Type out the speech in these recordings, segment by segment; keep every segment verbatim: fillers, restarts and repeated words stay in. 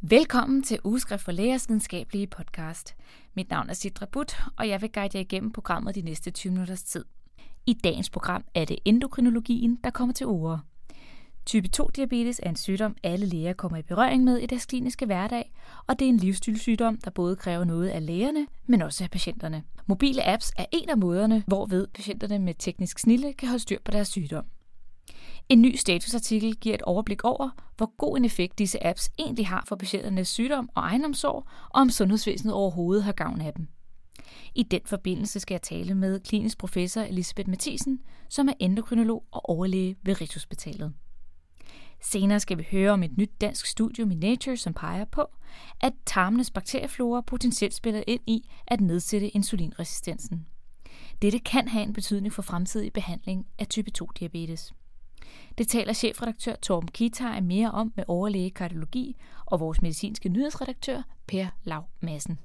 Velkommen til Ugeskrift for Lægers videnskabelige podcast. Mit navn er Sidra Butt, og jeg vil guide jer igennem programmet de næste tyve minutters tid. I dagens program er det endokrinologien, der kommer til orde. Type to diabetes er en sygdom, alle læger kommer i berøring med i deres kliniske hverdag, og det er en livsstilssygdom, der både kræver noget af lægerne, men også af patienterne. Mobile apps er en af måderne, hvorved patienterne med teknisk snilde kan holde styr på deres sygdom. En ny statusartikel giver et overblik over, hvor god en effekt disse apps egentlig har for patienternes sygdom og egenomsorg, og om sundhedsvæsenet overhovedet har gavn af dem. I den forbindelse skal jeg tale med klinisk professor Elisabeth Matthiesen, som er endokrinolog og overlæge ved Rigshospitalet. Senere skal vi høre om et nyt dansk studium i Nature, som peger på, at tarmenes bakterieflora potentielt spiller ind i at nedsætte insulinresistensen. Dette kan have en betydning for fremtidig behandling af type to diabetes. Det taler chefredaktør Torben Kietheim mere om med overlæge kardiologi og vores medicinske nyhedsredaktør Per Lau Madsen.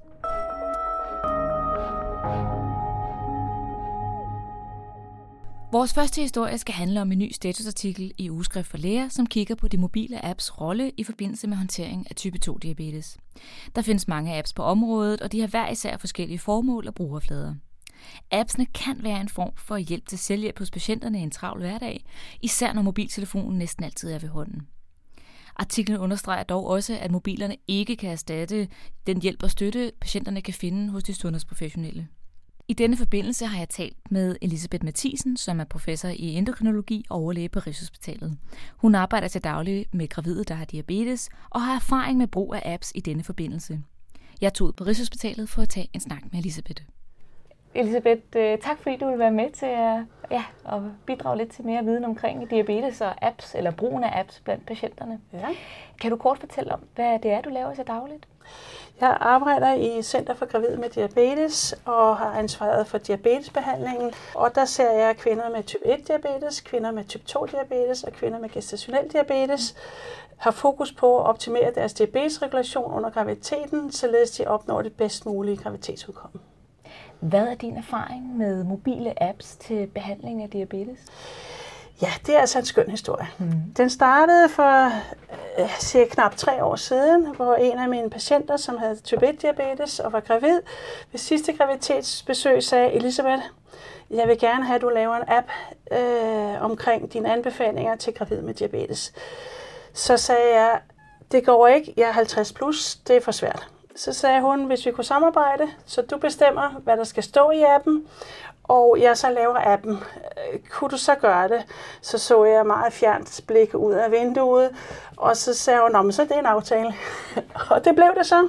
Vores første historie skal handle om en ny statusartikel i Ugeskrift for Læger, som kigger på de mobile apps rolle i forbindelse med håndtering af type to diabetes. Der findes mange apps på området, og de har hver især forskellige formål og brugerflader. Appsene kan være en form for hjælp til selvhjælp hos patienterne i en travl hverdag, især når mobiltelefonen næsten altid er ved hånden. Artiklen understreger dog også, at mobilerne ikke kan erstatte den hjælp og støtte, patienterne kan finde hos de sundhedsprofessionelle. I denne forbindelse har jeg talt med Elisabeth Matthiesen, som er professor i endokrinologi og overlæge på Rigshospitalet. Hun arbejder til daglig med gravide, der har diabetes, og har erfaring med brug af apps i denne forbindelse. Jeg tog ud på Rigshospitalet for at tage en snak med Elisabeth. Elisabeth, tak fordi du vil være med til at, ja, at bidrage lidt til mere viden omkring diabetes og apps, eller brugen af apps blandt patienterne. Ja. Kan du kort fortælle om, hvad det er, du laver så dagligt? Jeg arbejder i Center for Gravide med Diabetes og har ansvaret for diabetesbehandlingen. Og der ser jeg kvinder med type et diabetes, kvinder med type to diabetes og kvinder med gestationel diabetes. Har fokus på at optimere deres diabetesregulation under graviditeten, således de opnår det bedst mulige graviditetsudkomme. Hvad er din erfaring med mobile apps til behandling af diabetes? Ja, det er altså en skøn historie. Mm. Den startede for øh, cirka knap tre år siden, hvor en af mine patienter, som havde type et diabetes og var gravid, ved sidste graviditetsbesøg sagde, Elisabeth, jeg vil gerne have, at du laver en app øh, omkring dine anbefalinger til gravid med diabetes. Så sagde jeg, det går ikke, jeg er halvtreds plus, det er for svært. Så sagde hun, hvis vi kunne samarbejde, så du bestemmer, hvad der skal stå i appen, og jeg så laver appen. Kunne du så gøre det? Så så jeg meget fjernt blik ud af vinduet, og så sagde hun, nå, så det er en aftale. Og det blev det så.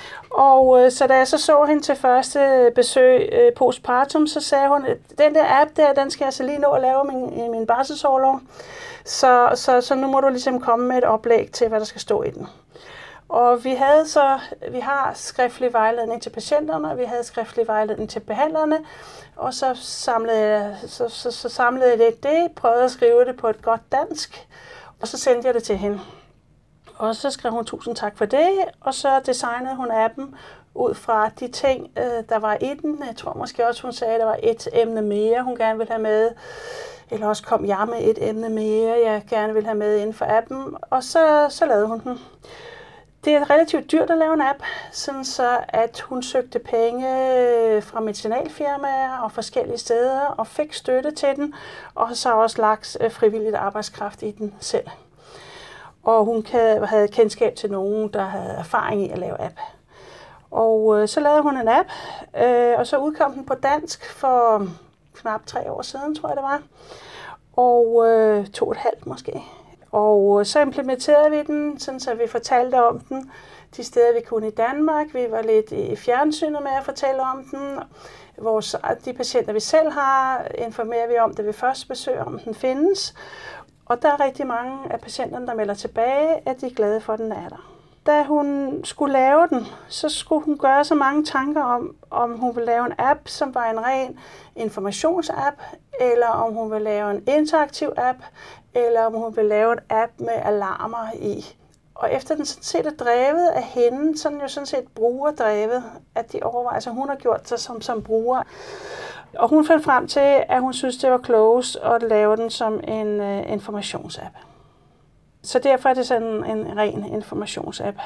Og så da jeg så så hende til første besøg øh, postpartum, så sagde hun, den der app der, den skal jeg så lige nå at lave min, i min barselsorlov. Så, så, så nu må du ligesom komme med et oplæg til, hvad der skal stå i den. Og vi havde så, vi har skriftlig vejledning til patienterne, og vi havde skriftlig vejledning til behandlerne, og så samlede jeg, så, så, så samlede jeg det, det, prøvede at skrive det på et godt dansk, og så sendte jeg det til hende. Og så skrev hun tusind tak for det, og så designede hun appen ud fra de ting, der var i den. Jeg tror måske også, hun sagde, at der var et emne mere, hun gerne ville have med. Eller også kom jeg med et emne mere, jeg gerne ville have med inden for appen, og så, så lavede hun den. Det er relativt dyrt at lave en app, sådan så at hun søgte penge fra medicinalfirmaer og forskellige steder og fik støtte til den, og så også lagt frivilligt arbejdskraft i den selv. Og hun havde kendskab til nogen, der havde erfaring i at lave app. Og så lavede hun en app, og så udkom den på dansk for knap tre år siden, tror jeg det var, og to og et halvt måske. Og så implementerede vi den, sådan så vi fortalte om den de steder, vi kunne i Danmark. Vi var lidt i fjernsynet med at fortælle om den. Vores, de patienter, vi selv har, informerer vi om det ved første besøg, om den findes. Og der er rigtig mange af patienterne, der melder tilbage, at de er glade for, at den er der. Da hun skulle lave den, så skulle hun gøre så mange tanker om, om hun ville lave en app, som var en ren informationsapp, eller om hun ville lave en interaktiv app, eller om hun ville lave en app med alarmer i. Og efter den sådan set er drevet af hende, så er den jo sådan set brugerdrevet, at de overvejelser, hun har gjort sig som, som bruger. Og hun fandt frem til, at hun synes, det var klogest at lave den som en uh, informationsapp. Så derfor er det sådan en ren informationsapp.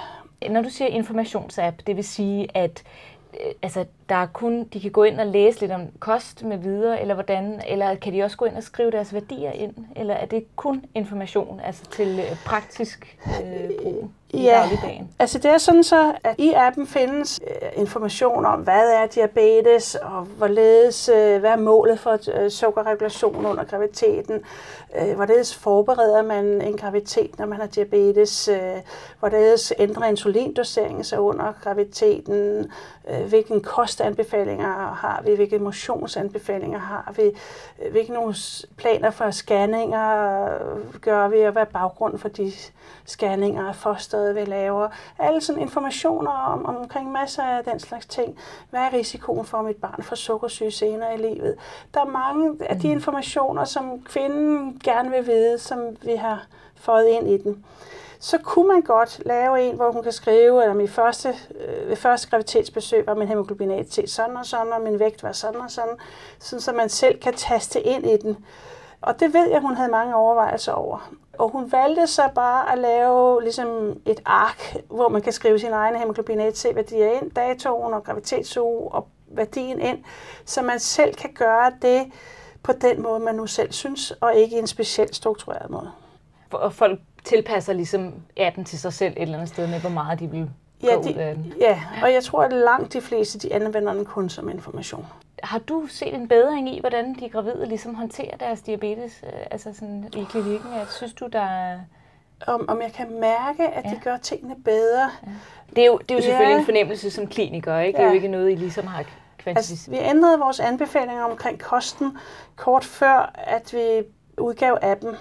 Når du siger informationsapp, det vil sige, at altså, der er kun, de kan gå ind og læse lidt om kost med videre, eller hvordan, eller kan de også gå ind og skrive deres værdier ind, eller er det kun information, altså til praktisk øh, brug i ja, dagligdagen? Altså det er sådan så, at i appen findes øh, information om, hvad er diabetes, og hvorledes, øh, hvad er målet for øh, sukkerregulation under graviditeten, øh, hvorledes forbereder man en graviditet, når man har diabetes, øh, hvorledes ændrer insulindoseringen sig under graviditeten, øh, hvilken kostanbefalinger har vi, hvilke motionsanbefalinger har vi, øh, hvilke nogle planer for scanninger gør vi, og hvad er baggrunden for de scanninger af fosteret, vi laver. Alle sådan informationer om, om, omkring masser af den slags ting. Hvad er risikoen for, at mit barn får sukkersyge senere i livet? Der er mange af de informationer, som kvinden gerne vil vide, som vi har fået ind i den. Så kunne man godt lave en, hvor hun kan skrive, at min første, øh, ved første graviditetsbesøg var min hemoglobinat sådan og sådan, og min vægt var sådan og sådan, sådan så man selv kan taste ind i den. Og det ved jeg, hun havde mange overvejelser over. Og hun valgte så bare at lave ligesom et ark, hvor man kan skrive sin egen hemoglobin A C værdier ind, datoen og graviditetsuge og værdien ind, så man selv kan gøre det på den måde, man nu selv synes, og ikke i en specielt struktureret måde. Og folk tilpasser ligesom appen til sig selv et eller andet sted med, hvor meget de vil gå ja, de, de, ud af den. Ja, og jeg tror, at langt de fleste de anvender den kun som information. Har du set en bedring i, hvordan de gravide ligesom håndterer deres diabetes, altså sådan i klinikken? Synes du, der er... Om, om jeg kan mærke, at ja. de gør tingene bedre? Ja. Det er jo, det er jo selvfølgelig ja. en fornemmelse som kliniker, ikke? Det er ja. jo ikke noget, I ligesom har kvantificeret. Altså, vi ændrede vores anbefalinger omkring kosten kort før, at vi udgav appen.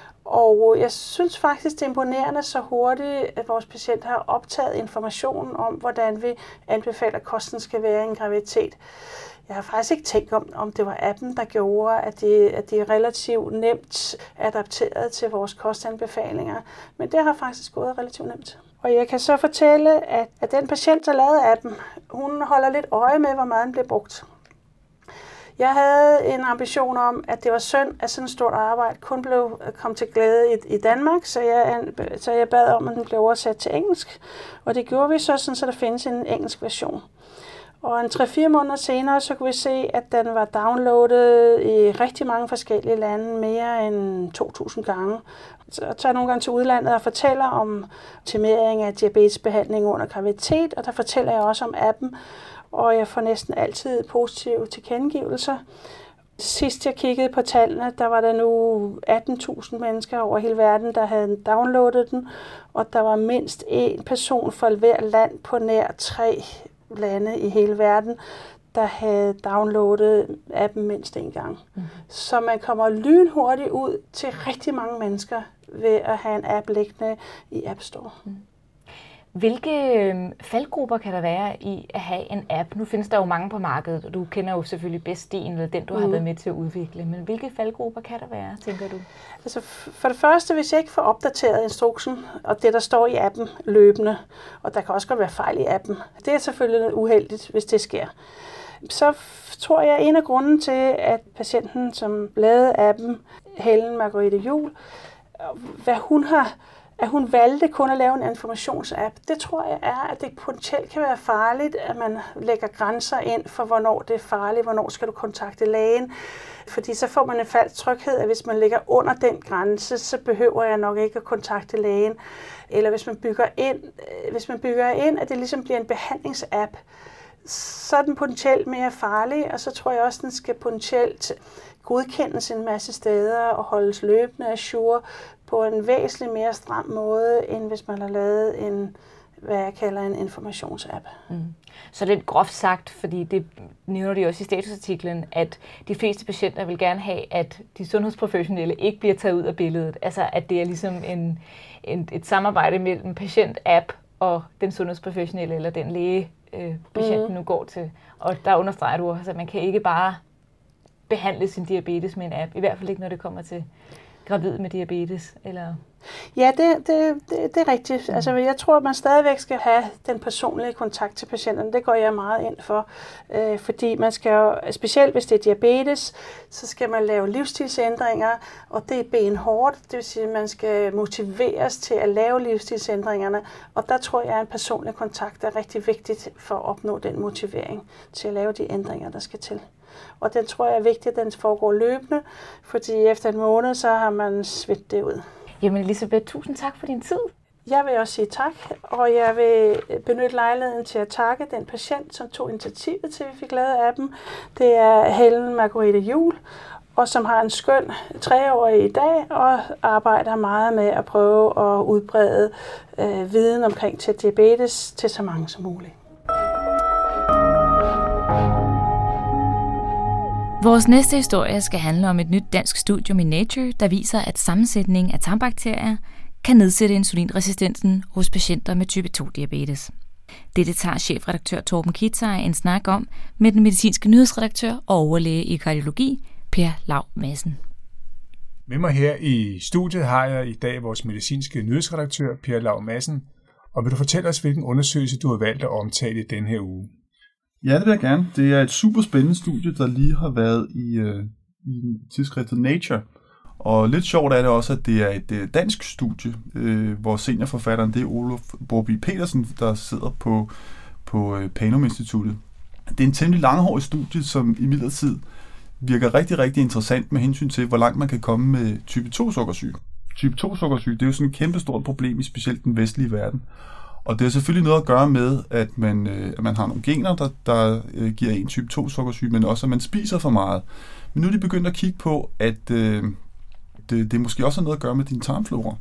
Og jeg synes faktisk, det er imponerende så hurtigt, at vores patient har optaget informationen om, hvordan vi anbefaler, at kosten skal være i en graviditet. Jeg har faktisk ikke tænkt om, om det var appen, der gjorde, at de, at de er relativt nemt adapteret til vores kostanbefalinger. Men det har faktisk gået relativt nemt. Og jeg kan så fortælle, at, at den patient, der lavede appen, hun holder lidt øje med, hvor meget den bliver brugt. Jeg havde en ambition om, at det var synd, at sådan et stort arbejde kun blev kom til glæde i, i Danmark, så jeg, så jeg bad om, at den blev oversat til engelsk. Og det gjorde vi så, sådan, så der findes en engelsk version. Og en tre fire måneder senere, så kunne vi se, at den var downloadet i rigtig mange forskellige lande, mere end to tusind gange. Så jeg tager nogle gange til udlandet og fortæller om optimering af diabetesbehandling under graviditet, og der fortæller jeg også om appen, og jeg får næsten altid positive tilkendegivelser. Sidst jeg kiggede på tallene, der var der nu atten tusind mennesker over hele verden, der havde downloadet den, og der var mindst én person for hver land på nær tre lande i hele verden, der havde downloadet appen mindst en gang. Mm. Så man kommer lynhurtigt ud til rigtig mange mennesker ved at have en app liggende i App Store. Mm. Hvilke faldgrupper kan der være i at have en app? Nu findes der jo mange på markedet, og du kender jo selvfølgelig bedst din, eller den, du mm. har været med til at udvikle. Men hvilke faldgrupper kan der være, tænker du? Altså for det første, hvis jeg ikke får opdateret instruksen, og det, der står i appen løbende, og der kan også godt være fejl i appen, det er selvfølgelig uheldigt, hvis det sker. Så tror jeg, at en af grunden til, at patienten, som lavede appen, Helen Margrethe Juhl, hvad hun har at hun valgte kun at lave en informationsapp, det tror jeg er, at det potentielt kan være farligt, at man lægger grænser ind for, hvornår det er farligt, hvornår skal du kontakte lægen. Fordi så får man en falsk tryghed, at hvis man ligger under den grænse, så behøver jeg nok ikke at kontakte lægen. Eller hvis man bygger ind, hvis man bygger ind at det ligesom bliver en behandlingsapp, så er den potentielt mere farlig, og så tror jeg også, at den skal potentielt godkendes en masse steder og holdes løbende ajour på en væsentligt mere stram måde, end hvis man har lavet en, hvad jeg kalder en informationsapp. Mm. Så lidt groft sagt, fordi det nævner de også i statusartiklen, at de fleste patienter vil gerne have, at de sundhedsprofessionelle ikke bliver taget ud af billedet. Altså at det er ligesom en, en, et samarbejde mellem patient-app og den sundhedsprofessionelle, eller den læge, øh, patienten mm. nu går til. Og der understreger du også, at man kan ikke bare behandle sin diabetes med en app. I hvert fald ikke, når det kommer til gravid med diabetes. Eller... Ja, det, det, det, det er rigtigt. Altså, jeg tror, at man stadigvæk skal have den personlige kontakt til patienterne. Det går jeg meget ind for. Øh, fordi man skal jo, specielt hvis det er diabetes, så skal man lave livsstilsændringer, og det er benhårdt. Det vil sige, at man skal motiveres til at lave livsstilsændringerne. Og der tror jeg, at en personlig kontakt er rigtig vigtigt for at opnå den motivering til at lave de ændringer, der skal til. Og den tror jeg er vigtigt, at den foregår løbende, fordi efter en måned, så har man svedt det ud. Jamen Elisabeth, tusind tak for din tid. Jeg vil også sige tak, og jeg vil benytte lejligheden til at takke den patient, som tog initiativet til, at vi fik lavet appen. Det er Helen Margrethe Juhl, og som har en skøn treårig i dag, og arbejder meget med at prøve at udbrede øh, viden omkring til diabetes til så mange som muligt. Vores næste historie skal handle om et nyt dansk studium i Nature, der viser, at sammensætningen af tarmbakterier kan nedsætte insulinresistensen hos patienter med type to diabetes. Dette tager chefredaktør Torben Kitzhayer en snak om med den medicinske nyhedsredaktør og overlæge i kardiologi, Per Lau Madsen. Med mig her i studiet har jeg i dag vores medicinske nyhedsredaktør, Per Lau Madsen. Og vil du fortælle os, hvilken undersøgelse du har valgt at omtale i denne her uge? Ja, det vil jeg gerne. Det er et super spændende studie, der lige har været i, øh, i tidsskriftet Nature. Og lidt sjovt er det også, at det er et øh, dansk studie, øh, hvor seniorforfatteren, det er Olof Borby Petersen, der sidder på, på øh, Panum-instituttet. Det er en temmelig langhårig studie, som imidlertid virker rigtig, rigtig interessant med hensyn til, hvor langt man kan komme med type to sukkersyge. Type to sukkersyge, det er jo sådan et kæmpestort problem i specielt den vestlige verden. Og det har selvfølgelig noget at gøre med, at man, øh, at man har nogle gener, der, der øh, giver en type to sukkersyge, men også at man spiser for meget. Men nu er de begyndt at kigge på, at øh, det, det måske også har noget at gøre med din tarmflora.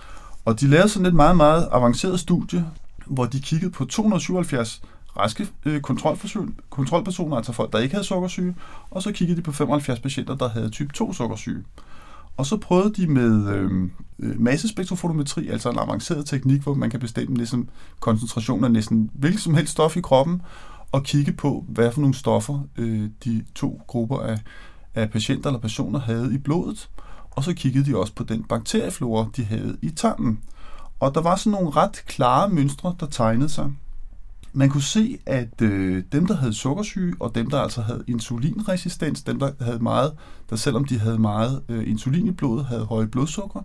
Og de lavede sådan et meget, meget avanceret studie, hvor de kiggede på to hundrede og syvoghalvfjerds raske øh, kontrolpersoner, altså folk, der ikke havde sukkersyge, og så kiggede de på femoghalvfjerds patienter, der havde type to sukkersyge. Og så prøvede de med øh, massespektrofotometri, altså en avanceret teknik, hvor man kan bestemme ligesom, koncentrationen af næsten hvilket som helst stof i kroppen, og kigge på, hvad for nogle stoffer øh, de to grupper af, af patienter eller personer havde i blodet. Og så kiggede de også på den bakterieflora, de havde i tarmen. Og der var sådan nogle ret klare mønstre, der tegnede sig. Man kunne se, at øh, dem, der havde sukkersyge, og dem, der altså havde insulinresistens, dem, der havde meget, der selvom de havde meget øh, insulin i blodet, havde høje blodsukker,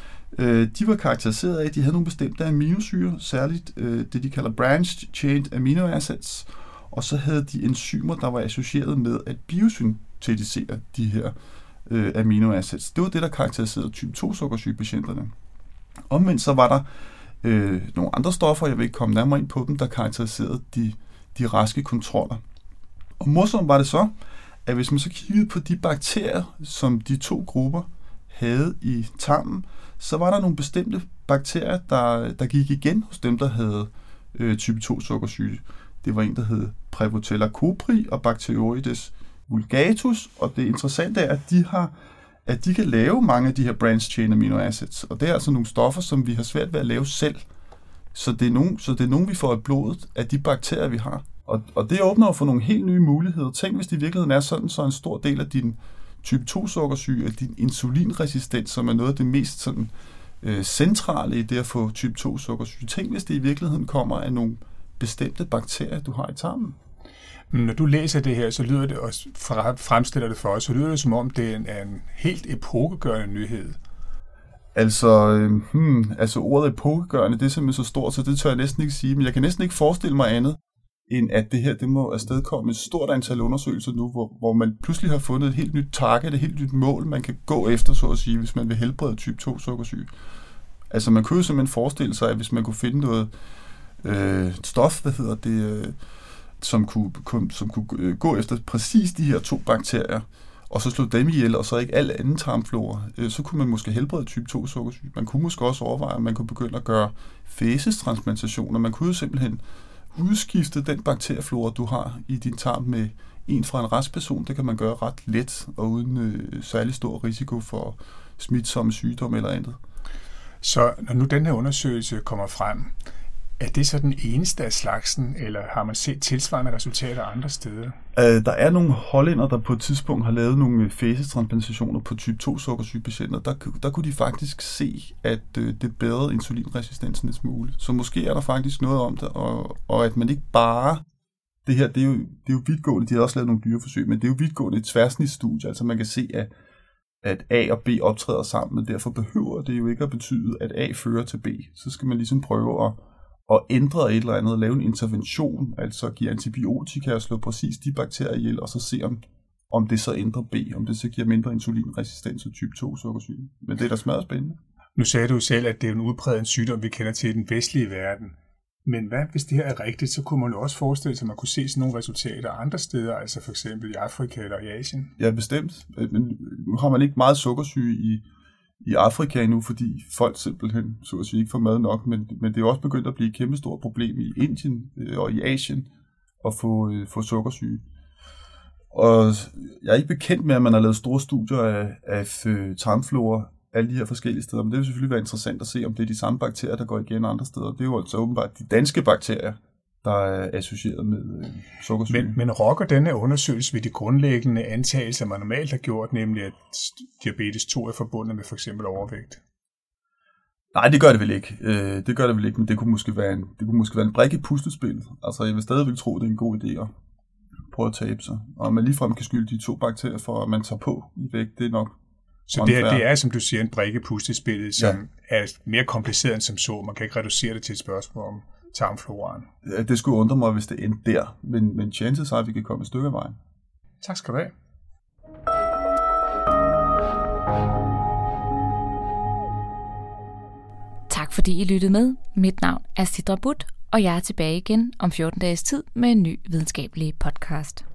øh, de var karakteriseret af, at de havde nogle bestemte aminosyre, særligt øh, det, de kalder branched-chain amino acids, og så havde de enzymer, der var associeret med at biosyntetisere de her øh, amino acids. Det var det, der karakteriserede type to sukkersygepatienterne. Omvendt så var der Øh, nogle andre stoffer, jeg vil ikke komme nærmere ind på dem, der karakteriserede de, de raske kontroller. Og morsomt var det så, at hvis man så kiggede på de bakterier, som de to grupper havde i tarmen, så var der nogle bestemte bakterier, der, der gik igen hos dem, der havde øh, type to sukkersyge. Det var en, der hed Prevotella copri og Bacteroides vulgatus, og det interessante er, at de har at de kan lave mange af de her branched-chain amino acids, og det er altså nogle stoffer, som vi har svært ved at lave selv. Så det er nogle, så det er nogle vi får i blodet af de bakterier, vi har. Og, og det åbner for nogle helt nye muligheder. Tænk, hvis det i virkeligheden er sådan, så en stor del af din type to sukkersyge, eller din insulinresistens, som er noget af det mest sådan, øh, centrale i det at få type to sukkersyge. Tænk, hvis det i virkeligheden kommer af nogle bestemte bakterier, du har i tarmen. Når du læser det her, så lyder det også, fremstiller det for os, så lyder det som om, det er en, en helt epokegørende nyhed. Altså, øh, hmm, altså ordet epokegørende, det er simpelthen så stort, så det tør jeg næsten ikke sige, men jeg kan næsten ikke forestille mig andet, end at det her, det må afstedkomme et stort antal undersøgelser nu, hvor, hvor man pludselig har fundet et helt nyt target, et helt nyt mål, man kan gå efter, så at sige, hvis man vil helbrede type to sukkersyge. Altså, man kunne jo simpelthen forestille sig, at hvis man kunne finde noget øh, stof, hvad hedder det, øh, som kunne, som kunne gå efter præcis de her to bakterier, og så slå dem ihjel, og så ikke al anden tarmflora, så kunne man måske helbrede type to sukkersyge. Man kunne måske også overveje, at man kunne begynde at gøre fæcestransplantationer. Man kunne jo simpelthen udskifte den bakterieflora, du har i din tarm med en fra en rask person. Det kan man gøre ret let, og uden øh, særlig stor risiko for smitsomme sygdomme eller andet. Så når nu den her undersøgelse kommer frem, Er det så den eneste af slagsen, eller har man set tilsvarende resultater andre steder? Uh, der er nogle hollænder, der på et tidspunkt har lavet nogle fæsetransplantationer på type to sukkersygepatienter. Der, der kunne de faktisk se, at uh, det bedrede insulinresistensen en smule. Så måske er der faktisk noget om det, og, og at man ikke bare... Det her, det er, jo, det er jo vidtgående, de har også lavet nogle dyreforsøg, men det er jo vidtgående et tværsnitsstudie, altså man kan se, at, at A og B optræder sammen, men derfor behøver det jo ikke at betyde, at A fører til B. Så skal man ligesom prøve at, at ændre et eller andet, lave en intervention, altså give antibiotika og slå præcis de bakterier ihjel, og så se, om, om det så ændrer B, om det så giver mindre insulinresistens og type to sukkersyge. Men det er da smadret spændende. Nu sagde du selv, at det er en udbredt sygdom, vi kender til i den vestlige verden. Men hvad, hvis det her er rigtigt, så kunne man jo også forestille sig, at man kunne se sådan nogle resultater andre steder, altså for eksempel i Afrika eller i Asien. Ja, bestemt. Men nu har man ikke meget sukkersyge i, i Afrika endnu, fordi folk simpelthen så at sige, ikke får mad nok, men, men det er også begyndt at blive et kæmpestort problem i Indien og i Asien at få, få sukkersyge. Og jeg er ikke bekendt med, at man har lavet store studier af, af tarmflora alle de her forskellige steder, men det vil selvfølgelig være interessant at se, om det er de samme bakterier, der går igen andre steder. Det er jo altså åbenbart de danske bakterier, der er associeret med øh, sukkersyge. Men, men rokker denne undersøgelse ved de grundlæggende antagelser, man normalt har gjort, nemlig at diabetes to er forbundet med for eksempel overvægt? Nej, det gør det vel ikke. Øh, det gør det vel ikke, men det kunne måske være en, det kunne måske være en brik i puslespil. Altså, jeg vil stadigvæk tro, det er en god idé at prøve at tabe sig. Og man ligefrem kan skylde de to bakterier for, at man tager på i vægt, det er nok. Så det, her, det er, som du siger, en brik i puslespillet, som ja. er mere kompliceret end som så. Man kan ikke reducere det til et spørgsmål om tarmfloraen. Ja, det skulle undre mig, hvis det endte der. Men, men chances er, at vi kan komme et stykke af vejen. Tak skal du have. Tak fordi I lyttede med. Mit navn er Sidra Butt, og jeg er tilbage igen om fjorten dages tid med en ny videnskabelig podcast.